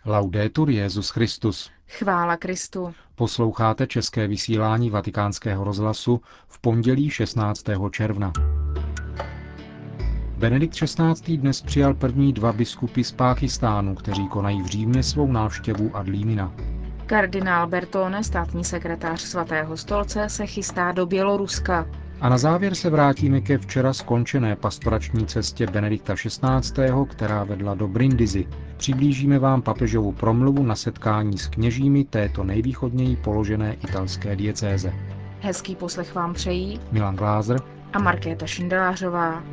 Laudetur Jesus Christus. Chvála Kristu. Posloucháte české vysílání Vatikánského rozhlasu v pondělí 16. června. Benedikt XVI. Dnes přijal první dva biskupy z Pákistánu, kteří konají v Římě svou návštěvu ad limina. Kardinál Bertone, státní sekretář Svatého stolce, se chystá do Běloruska. A na závěr se vrátíme ke včera skončené pastorační cestě Benedikta XVI., která vedla do Brindisi. Přiblížíme vám papežovu promluvu na setkání s kněžími této nejvýchodněji položené italské diecéze. Hezký poslech vám přejí Milan Glázer a Markéta Šindelářová.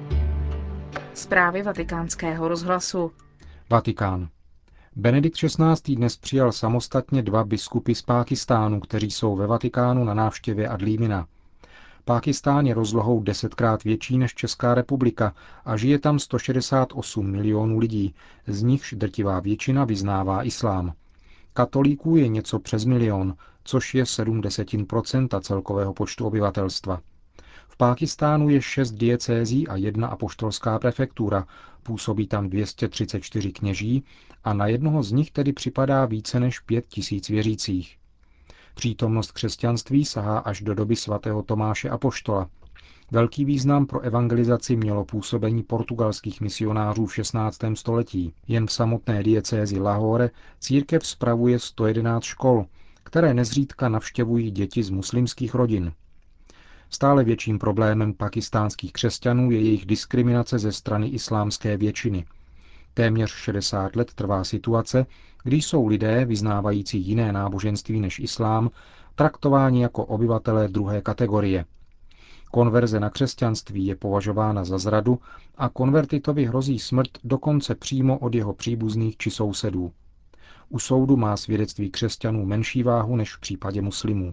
Zprávy Vatikánského rozhlasu. Vatikán. Benedikt XVI. Dnes přijal samostatně dva biskupy z Pákistánu, kteří jsou ve Vatikánu na návštěvě ad limina. Pákistán je rozlohou 10krát větší než Česká republika a žije tam 168 milionů lidí, z nichž drtivá většina vyznává islám. Katolíků je něco přes milion, což je 0,7% celkového počtu obyvatelstva. V Pákistánu je 6 diecézí a 1 apoštolská prefektura, působí tam 234 kněží a na jednoho z nich tedy připadá více než 5 000 věřících. Přítomnost křesťanství sahá až do doby svatého Tomáše apoštola. Velký význam pro evangelizaci mělo působení portugalských misionářů v 16. století. Jen v samotné diecézi Lahore církev spravuje 111 škol, které nezřídka navštěvují děti z muslimských rodin. Stále větším problémem pakistánských křesťanů je jejich diskriminace ze strany islámské většiny. Téměř 60 let trvá situace, kdy jsou lidé, vyznávající jiné náboženství než islám, traktováni jako obyvatelé druhé kategorie. Konverze na křesťanství je považována za zradu a konvertitovi hrozí smrt dokonce přímo od jeho příbuzných či sousedů. U soudu má svědectví křesťanů menší váhu než v případě muslimů.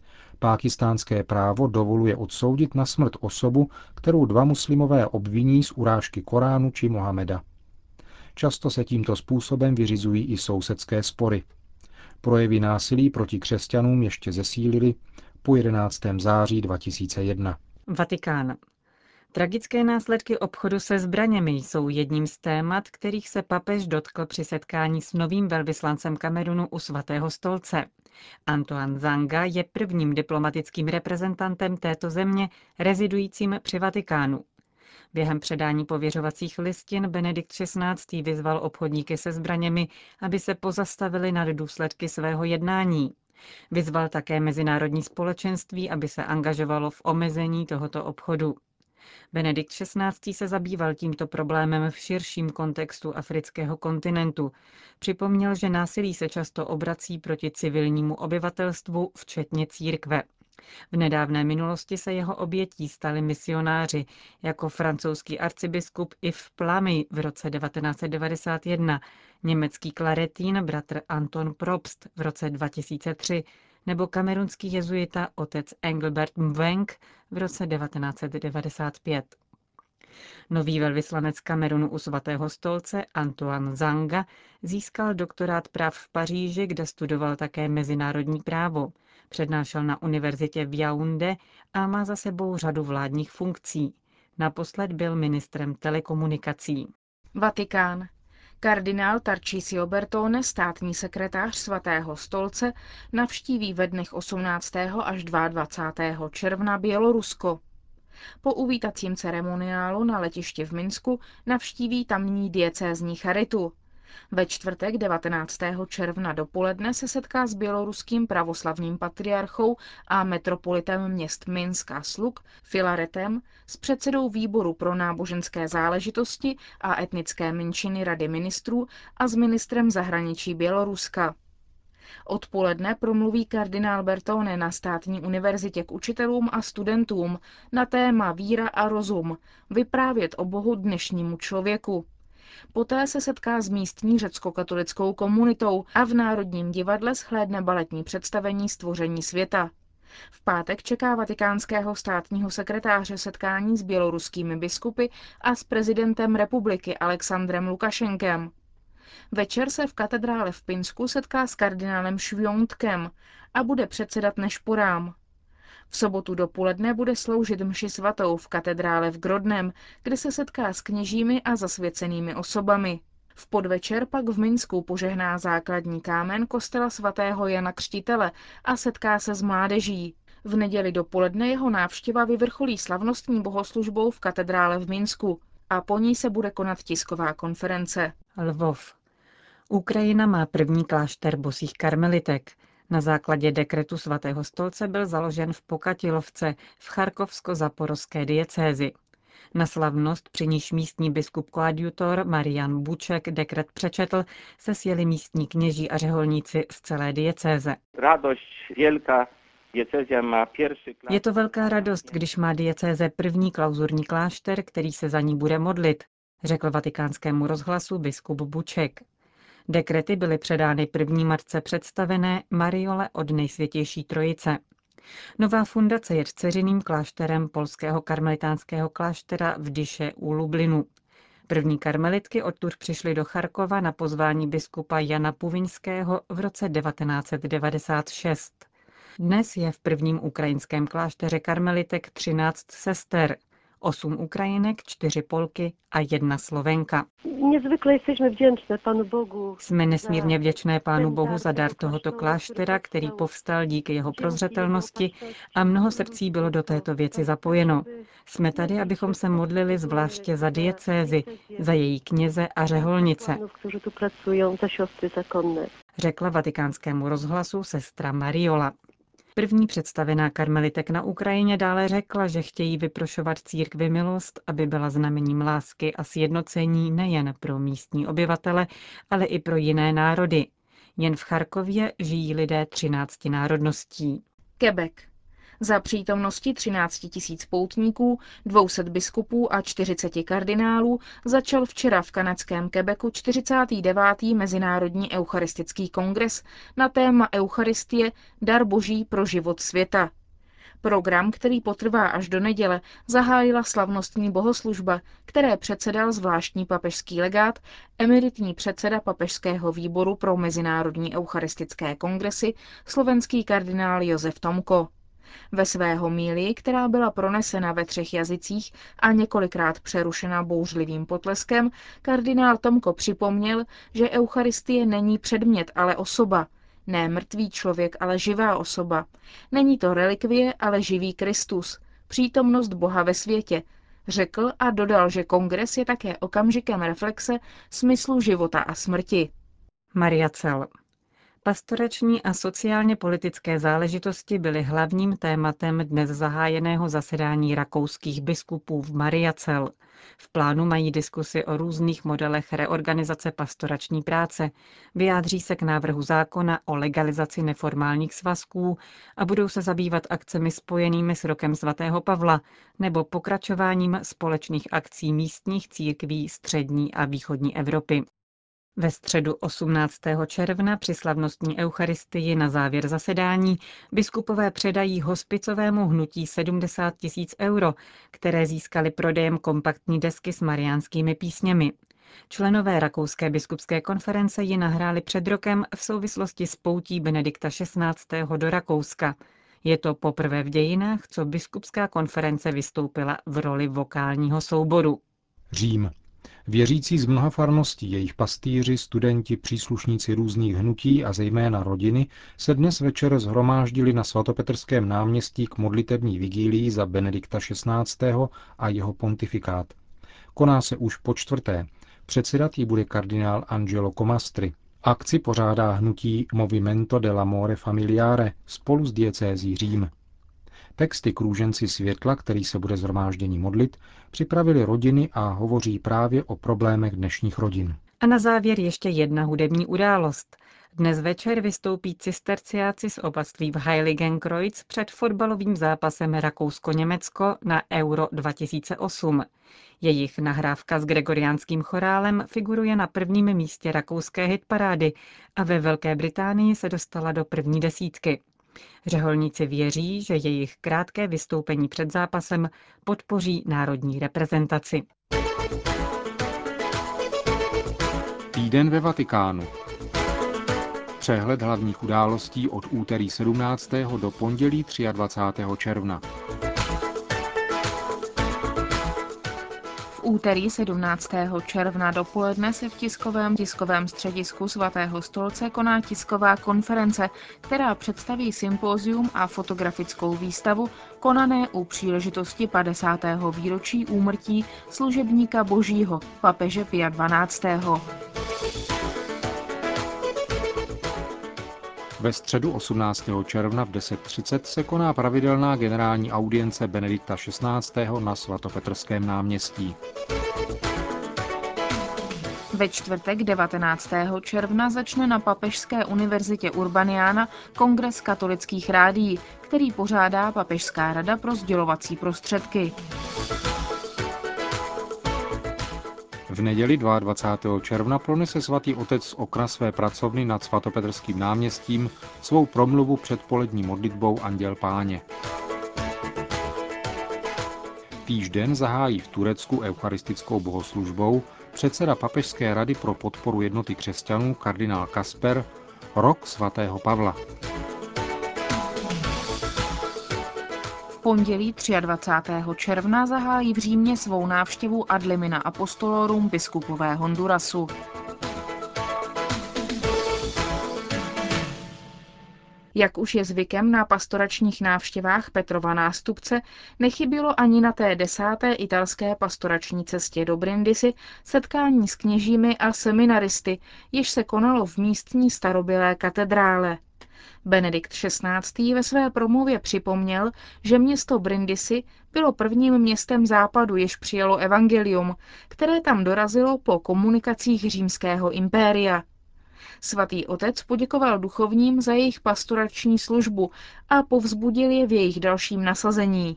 Pákistánské právo dovoluje odsoudit na smrt osobu, kterou dva muslimové obviní z urážky Koránu či Mohameda. Často se tímto způsobem vyřizují i sousedské spory. Projevy násilí proti křesťanům ještě zesílily po 11. září 2001. Vatikán. Tragické následky obchodu se zbraněmi jsou jedním z témat, kterých se papež dotkl při setkání s novým velvyslancem Kamerunu u Svatého stolce. Antoine Zanga je prvním diplomatickým reprezentantem této země rezidujícím při Vatikánu. Během předání pověřovacích listin Benedikt XVI. Vyzval obchodníky se zbraněmi, aby se pozastavili nad důsledky svého jednání. Vyzval také mezinárodní společenství, aby se angažovalo v omezení tohoto obchodu. Benedikt XVI. Se zabýval tímto problémem v širším kontextu afrického kontinentu. Připomněl, že násilí se často obrací proti civilnímu obyvatelstvu, včetně církve. V nedávné minulosti se jeho obětí stali misionáři, jako francouzský arcibiskup Yves Plamy v roce 1991, německý klaretín bratr Anton Probst v roce 2003 nebo kamerunský jezuita otec Engelbert Mwenk v roce 1995. Nový velvyslanec Kamerunu u Svatého stolce Antoine Zanga získal doktorát práv v Paříži, kde studoval také mezinárodní právo. Přednášel na univerzitě v Yaoundé a má za sebou řadu vládních funkcí. Naposled byl ministrem telekomunikací. Vatikán. Kardinál Tarcisio Bertone, státní sekretář Svatého stolce, navštíví ve dnech 18. až 22. června Bělorusko. Po uvítacím ceremoniálu na letišti v Minsku navštíví tamní diecézní charitu. Ve čtvrtek 19. června dopoledne se setká s běloruským pravoslavným patriarchou a metropolitem měst Minsk a Sluk Filaretem, s předsedou výboru pro náboženské záležitosti a etnické menšiny Rady ministrů a s ministrem zahraničí Běloruska. Odpoledne promluví kardinál Bertone na státní univerzitě k učitelům a studentům na téma víra a rozum, vyprávět o Bohu dnešnímu člověku. Poté se setká s místní řeckokatolickou komunitou a v Národním divadle shlédne baletní představení Stvoření světa. V pátek čeká vatikánského státního sekretáře setkání s běloruskými biskupy a s prezidentem republiky Alexandrem Lukašenkem. Večer se v katedrále v Pinsku setká s kardinálem Švjontkem a bude předsedat nešporám. V sobotu dopoledne bude sloužit mši svatou v katedrále v Grodnem, kde se setká s kněžími a zasvěcenými osobami. V podvečer pak v Minsku požehná základní kámen kostela svatého Jana Křtitele a setká se s mládeží. V neděli dopoledne jeho návštěva vyvrcholí slavnostní bohoslužbou v katedrále v Minsku a po ní se bude konat tisková konference. Lvov. Ukrajina má první klášter bosých karmelitek. Na základě dekretu svatého stolce byl založen v Pokatilovce v charkovsko-zaporozské diecézi. Na slavnost, při níž místní biskup koadjutor Marian Buček dekret přečetl, se sjeli místní kněží a řeholníci z celé diecéze. Je to velká radost, když má diecéze první klauzurní klášter, který se za ní bude modlit, řekl Vatikánskému rozhlasu biskup Buček. Dekrety byly předány první matce představené Mariole od Nejsvětější Trojice. Nová fundace je dceřiným klášterem polského karmelitánského kláštera v Dyše u Lublinu. První karmelitky odtud přišly do Charkova na pozvání biskupa Jana Puviňského v roce 1996. Dnes je v prvním ukrajinském klášteře karmelitek 13 sester, 8 Ukrajinek, 4 Polky a 1 Slovenka. Jsme nesmírně vděčné Pánu Bohu za dar tohoto kláštera, který povstal díky jeho prozřetelnosti a mnoho srdcí bylo do této věci zapojeno. Jsme tady, abychom se modlili zvláště za diecézi, za její kněze a řeholnice, řekla Vatikánskému rozhlasu sestra Mariola. První představená karmelitek na Ukrajině dále řekla, že chtějí vyprošovat církvi milost, aby byla znamením lásky a sjednocení nejen pro místní obyvatele, ale i pro jiné národy. Jen v Charkově žijí lidé 13 národností. Quebec. Za přítomnosti 13 000 poutníků, 200 biskupů a 40 kardinálů začal včera v kanadském Quebecu 49. Mezinárodní eucharistický kongres na téma Eucharistie, dar Boží pro život světa. Program, který potrvá až do neděle, zahájila slavnostní bohoslužba, které předsedal zvláštní papežský legát, emeritní předseda Papežského výboru pro mezinárodní eucharistické kongresy, slovenský kardinál Josef Tomko. Ve své homílii, která byla pronesena ve 3 jazycích a několikrát přerušena bouřlivým potleskem, kardinál Tomko připomněl, že Eucharistie není předmět, ale osoba. Ne mrtvý člověk, ale živá osoba. Není to relikvie, ale živý Kristus. Přítomnost Boha ve světě. Řekl a dodal, že kongres je také okamžikem reflexe smyslu života a smrti. Mariacel. Pastorační a sociálně politické záležitosti byly hlavním tématem dnes zahájeného zasedání rakouských biskupů v Mariacel. V plánu mají diskusi o různých modelech reorganizace pastorační práce, vyjádří se k návrhu zákona o legalizaci neformálních svazků a budou se zabývat akcemi spojenými s rokem svatého Pavla nebo pokračováním společných akcí místních církví střední a východní Evropy. Ve středu 18. června při slavnostní eucharistii na závěr zasedání biskupové předají hospicovému hnutí 70 000 euro, které získali prodejem kompaktní desky s mariánskými písněmi. Členové Rakouské biskupské konference ji nahráli před rokem v souvislosti s poutí Benedikta XVI. Do Rakouska. Je to poprvé v dějinách, co biskupská konference vystoupila v roli vokálního souboru. Řím. Věřící z mnoha farností, jejich pastýři, studenti, příslušníci různých hnutí a zejména rodiny se dnes večer shromáždili na svatopetrském náměstí k modlitební vigílii za Benedikta XVI. A jeho pontifikát. Koná se už po 4. Předsedat jí bude kardinál Angelo Comastri. Akci pořádá hnutí Movimento dell'Amore Familiare spolu s diecézí Řím. Texty k růženci světla, který se bude shromáždění modlit, připravili rodiny a hovoří právě o problémech dnešních rodin. A na závěr ještě jedna hudební událost. Dnes večer vystoupí cisterciáci z opatství v Heiligenkreuz před fotbalovým zápasem Rakousko-Německo na Euro 2008. Jejich nahrávka s gregoriánským chorálem figuruje na prvním místě rakouské hitparády a ve Velké Británii se dostala do první desítky. Řeholníci věří, že jejich krátké vystoupení před zápasem podpoří národní reprezentaci. Týden ve Vatikánu. Přehled hlavních událostí od úterý 17. do pondělí 23. června. V úterý 17. června dopoledne se v tiskovém středisku Svatého stolce koná tisková konference, která představí sympózium a fotografickou výstavu konané u příležitosti 50. výročí úmrtí služebníka Božího, papeže Pia XII. Ve středu 18. června v 10:30 se koná pravidelná generální audience Benedikta XVI. Na svatopetrském náměstí. Ve čtvrtek 19. června začne na Papežské univerzitě Urbaniana kongres katolických rádií, který pořádá Papežská rada pro sdělovací prostředky. V neděli 22. června pronese svatý otec z okna své pracovny nad svatopetrským náměstím svou promluvu před polední modlitbou Anděl Páně. Týžden zahájí v Turecku eucharistickou bohoslužbou předseda Papežské rady pro podporu jednoty křesťanů kardinál Kasper rok svatého Pavla. V pondělí 23. června zahájí v Římě svou návštěvu ad limina apostolorum biskupové Hondurasu. Jak už je zvykem na pastoračních návštěvách Petrova nástupce, nechybilo ani na té 10. italské pastorační cestě do Brindisi setkání s kněžími a seminaristy, jež se konalo v místní starobylé katedrále. Benedikt XVI. Ve své promluvě připomněl, že město Brindisi bylo prvním městem západu, jež přijalo evangelium, které tam dorazilo po komunikacích římského impéria. Svatý otec poděkoval duchovním za jejich pastorační službu a povzbudil je v jejich dalším nasazení.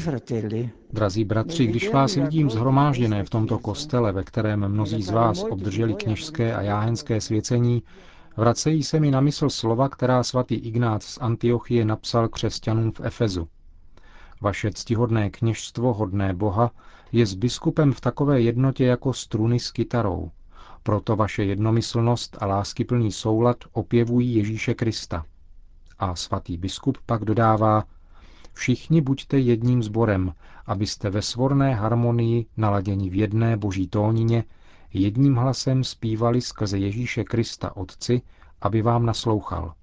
Drazí bratři, když vás vidím shromážděné v tomto kostele, ve kterém mnozí z vás obdrželi kněžské a jáhenské svěcení, vracejí se mi na mysl slova, která svatý Ignác z Antiochie napsal křesťanům v Efezu. Vaše ctihodné kněžstvo, hodné Boha, je s biskupem v takové jednotě jako struny s kytarou. Proto vaše jednomyslnost a láskyplný soulad opěvují Ježíše Krista. A svatý biskup pak dodává: všichni buďte jedním sborem, abyste ve svorné harmonii, naladěni v jedné boží tónině, jedním hlasem zpívali skrze Ježíše Krista Otci, aby vám naslouchal.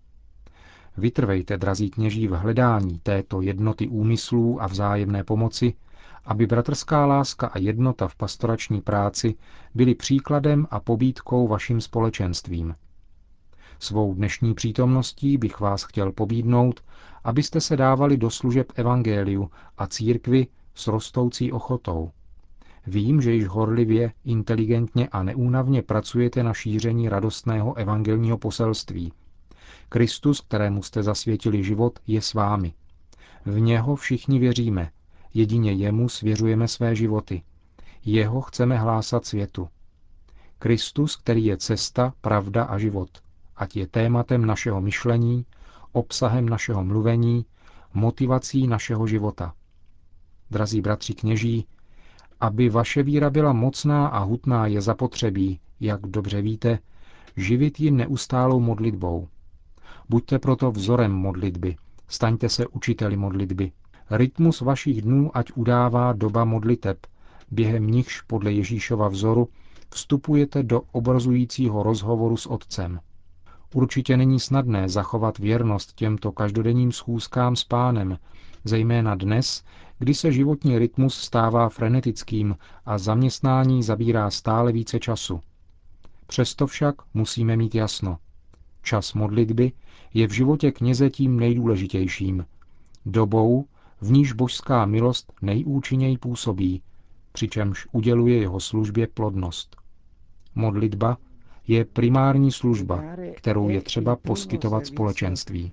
Vytrvejte, drazí kněží, v hledání této jednoty úmyslů a vzájemné pomoci, aby bratrská láska a jednota v pastorační práci byly příkladem a pobídkou vašim společenstvím. Svou dnešní přítomností bych vás chtěl pobídnout, abyste se dávali do služeb evangeliu a církvi s rostoucí ochotou. Vím, že již horlivě, inteligentně a neúnavně pracujete na šíření radostného evangelního poselství. Kristus, kterému jste zasvětili život, je s vámi. V něho všichni věříme, jedině jemu svěřujeme své životy. Jeho chceme hlásat světu. Kristus, který je cesta, pravda a život, ať je tématem našeho myšlení, obsahem našeho mluvení, motivací našeho života. Drazí bratři kněží, aby vaše víra byla mocná a hutná, je zapotřebí, jak dobře víte, živit ji neustálou modlitbou. Buďte proto vzorem modlitby, staňte se učiteli modlitby. Rytmus vašich dnů ať udává doba modliteb, během nichž podle Ježíšova vzoru vstupujete do obrazujícího rozhovoru s Otcem. Určitě není snadné zachovat věrnost těmto každodenním schůzkám s Pánem, zejména dnes, kdy se životní rytmus stává frenetickým a zaměstnání zabírá stále více času. Přesto však musíme mít jasno. Čas modlitby je v životě kněze tím nejdůležitějším. Dobou, v níž božská milost nejúčinněji působí, přičemž uděluje jeho službě plodnost. Modlitba je primární služba, kterou je třeba poskytovat společenství.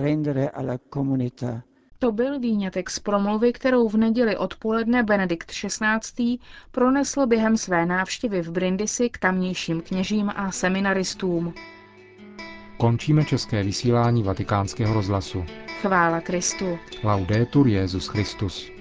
To byl výňatek z promluvy, kterou v neděli odpoledne Benedikt XVI. Pronesl během své návštěvy v Brindisi k tamnějším kněžím a seminaristům. Končíme české vysílání Vatikánského rozhlasu. Chvála Kristu. Laudetur Jesus Christus.